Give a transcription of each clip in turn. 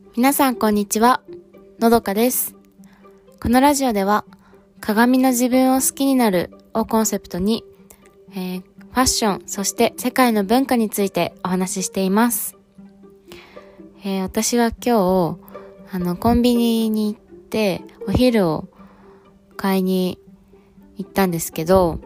皆さんこんにちは、のどかです。このラジオでは鏡の自分を好きになるをコンセプトに、ファッション、そして世界の文化についてお話ししています。私は今日コンビニに行ってお昼を買いに行ったんですけど、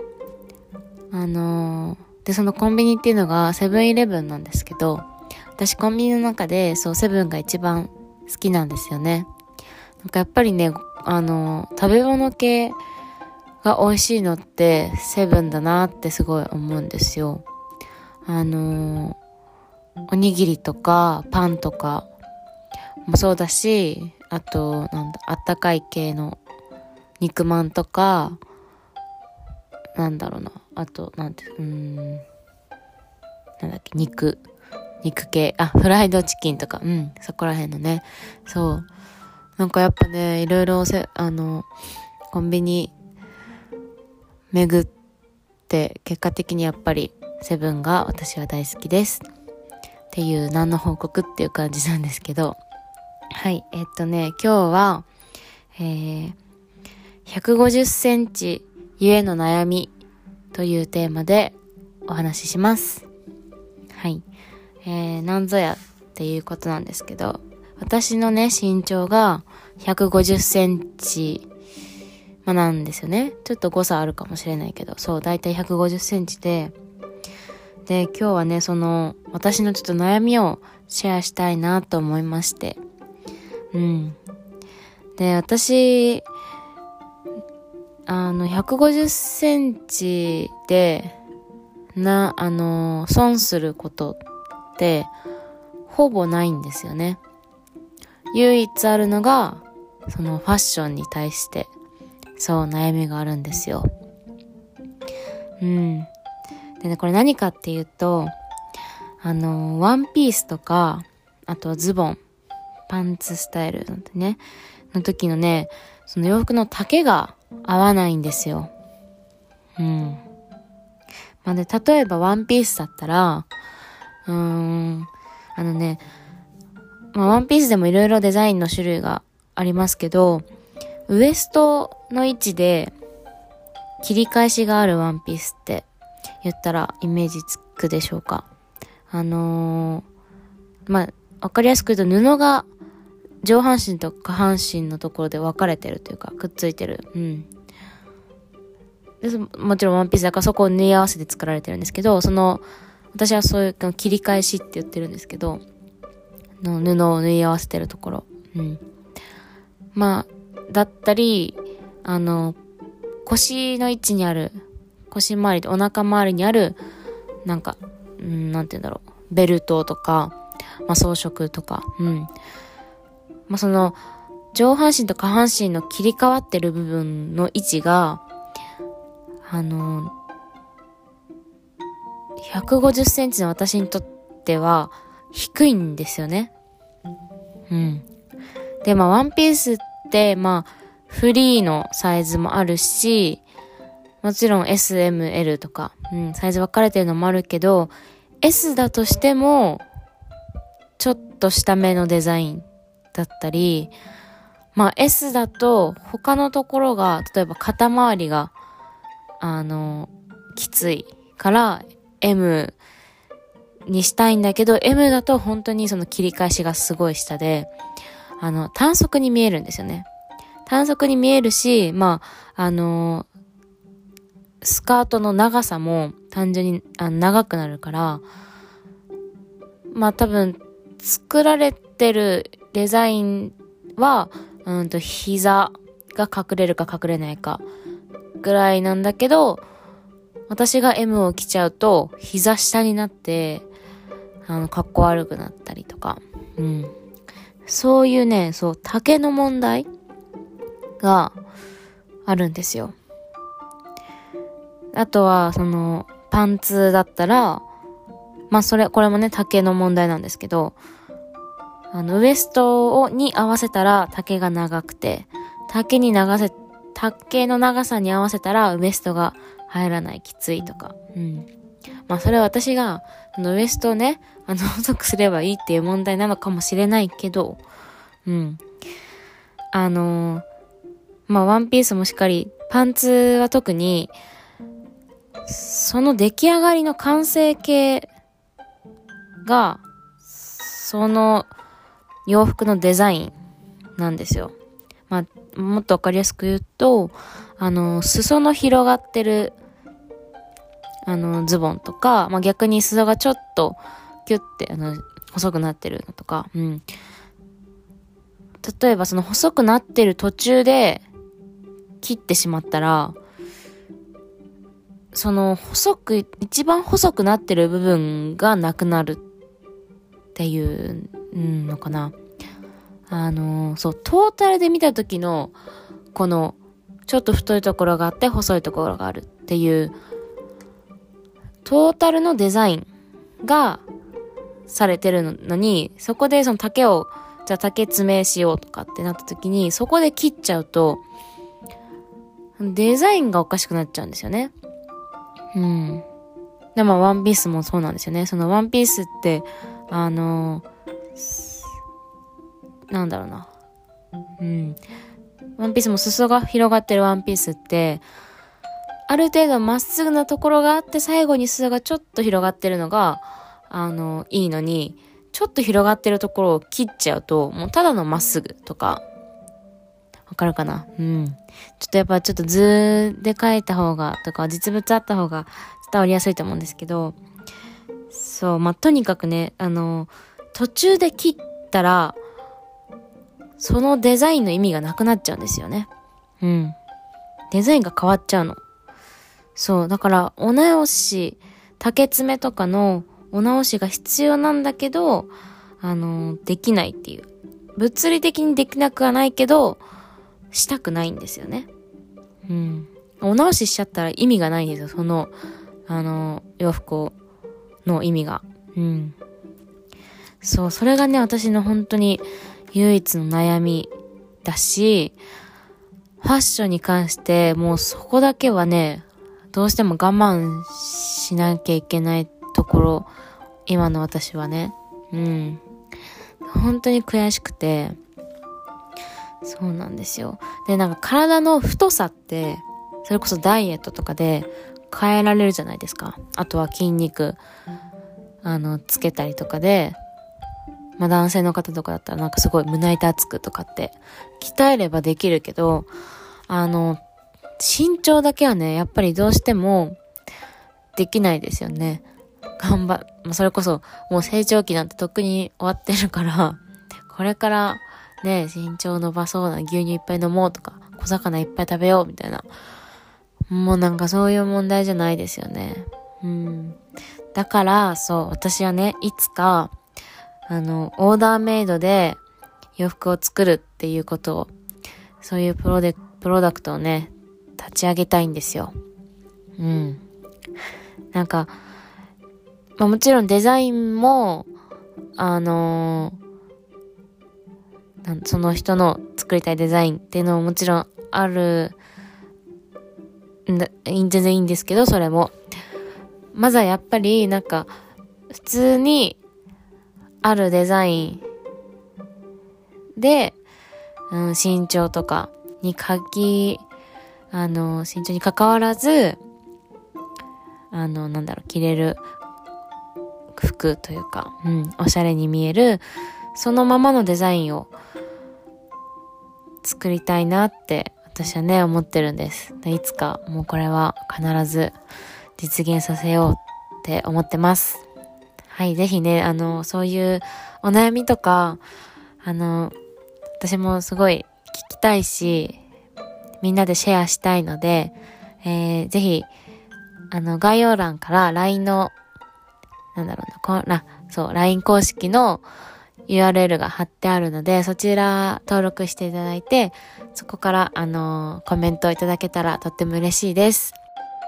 そのコンビニっていうのがセブンイレブンなんですけど、私コンビニの中でセブンが一番好きなんですよね。なんかやっぱりね、食べ物系が美味しいのってセブンだなってすごい思うんですよ。おにぎりとかパンとかもそうだし、あとあったかい系の肉まんとか、あと肉系、フライドチキンとか、そこら辺のね、なんかやっぱね、いろいろコンビニ巡って結果的にやっぱりセブンが私は大好きですっていう何の報告っていう感じなんですけど、はい、今日は、150センチゆえの悩みというテーマでお話しします。はい。なんぞやっていうことなんですけど、私のね、身長が150センチ、なんですよね。ちょっと誤差あるかもしれないけど、だいたい150センチで、今日はね、私のちょっと悩みをシェアしたいなと思いまして。で、私、150センチで、損することってほぼないんですよね。唯一あるのがファッションに対して悩みがあるんですよ。でね、これ何かっていうと、ワンピースとか、あとズボン、パンツスタイルなんてねの時のね、その洋服の丈が合わないんですよ。で、例えばワンピースだったら、ワンピースでもいろいろデザインの種類がありますけど、ウエストの位置で切り返しがあるワンピースって言ったらイメージつくでしょうか。わかりやすく言うと布が上半身と下半身のところで分かれてるというか、くっついてる。でもちろんワンピースだからそこを縫い合わせて作られてるんですけど、私はそういう切り返しって言ってるんですけど、布を縫い合わせてるところ。だったり、腰の位置にある、腰周りとお腹周りにある、ベルトとか、装飾とか、上半身と下半身の切り替わってる部分の位置が、150センチの私にとっては低いんですよね。で、ワンピースって、フリーのサイズもあるし、もちろん S、M、L とか、サイズ分かれてるのもあるけど、S だとしても、ちょっと下目のデザインだったり、S だと他のところが、例えば肩周りが、きついから M にしたいんだけど、M だと本当にその切り返しがすごい下で、短足に見えるんですよね。短足に見えるし、スカートの長さも単純に長くなるから、多分作られてるデザインは、膝が隠れるか隠れないかぐらいなんだけど、私が M を着ちゃうと膝下になってかっこ悪くなったりとか、そういうね、丈の問題があるんですよ。あとはパンツだったら、これもね丈の問題なんですけど、ウエストに合わせたら丈が長くて、丈の長さに合わせたらウエストが入らない、きついとか。それは私がウエストをね細くすればいいっていう問題なのかもしれないけど、 うん。ワンピースもしっかり、パンツは特に、その出来上がりの完成形が、その洋服のデザインなんですよ。もっとわかりやすく言うと、裾の広がってる、ズボンとか、逆に裾がちょっと、キュッて、細くなってるのとか、うん。例えばその細くなってる途中で、切ってしまったら、その一番細くなってる部分がなくなるっていうのかな。そう、トータルで見た時の、この、ちょっと太いところがあって細いところがあるっていう、トータルのデザインがされてるのに、そこでその丈を、じゃあ丈詰めしようとかってなった時に、そこで切っちゃうと、デザインがおかしくなっちゃうんですよね。うん。で、ワンピースもそうなんですよね。そのワンピースって、なんだろうな。うん。ワンピースも裾が広がってるワンピースって、ある程度まっすぐなところがあって、最後に裾がちょっと広がってるのが、いいのに、ちょっと広がってるところを切っちゃうと、もうただのまっすぐとか、わかるかな？うん。ちょっとやっぱちょっと図で書いた方が、とか実物あった方が伝わりやすいと思うんですけど、そう、とにかくね、途中で切ったら、そのデザインの意味がなくなっちゃうんですよね。うん。デザインが変わっちゃうの。そう、だからお直し、丈詰めとかのお直しが必要なんだけど、できないっていう。物理的にできなくはないけど、したくないんですよね。うん。お直ししちゃったら意味がないんですよ。その、洋服の意味が。うん。そう、それがね、私の本当に唯一の悩みだし、ファッションに関してもうそこだけはね、どうしても我慢しなきゃいけないところ、今の私はね。うん。本当に悔しくて、そうなんですよ。で、体の太さって、それこそダイエットとかで変えられるじゃないですか。あとは筋肉、つけたりとかで、男性の方とかだったらすごい胸板厚くとかって鍛えればできるけど、身長だけはね、やっぱりどうしてもできないですよね。それこそもう成長期なんてとっくに終わってるから、これからね、身長伸ばそうな、牛乳いっぱい飲もうとか、小魚いっぱい食べようみたいな。もうそういう問題じゃないですよね。うん。だから、そう、私はね、いつか、オーダーメイドで洋服を作るっていうことを、そういうプロダクトをね、立ち上げたいんですよ。うん。もちろんデザインも、その人の作りたいデザインっていうのももちろんある全然いいんですけど、それも。まずはやっぱり普通にあるデザインで、身長とかに身長に関わらず、着れる服というか、おしゃれに見える、そのままのデザインを作りたいなって私はね思ってるんです。いつかもうこれは必ず実現させようって思ってます。はい、ぜひねそういうお悩みとか私もすごい聞きたいし、みんなでシェアしたいので、ぜひ概要欄から LINE のLINE 公式のURL が貼ってあるので、そちら登録していただいて、そこからコメントいただけたらとっても嬉しいです。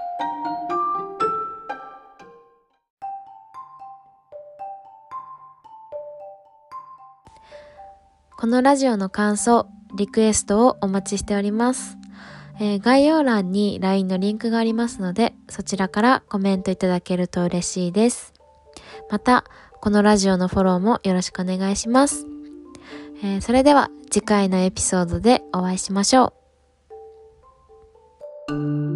このラジオの感想、リクエストをお待ちしております。概要欄に LINE のリンクがありますので、そちらからコメントいただけると嬉しいです。また、このラジオのフォローもよろしくお願いします。 それでは次回のエピソードでお会いしましょう。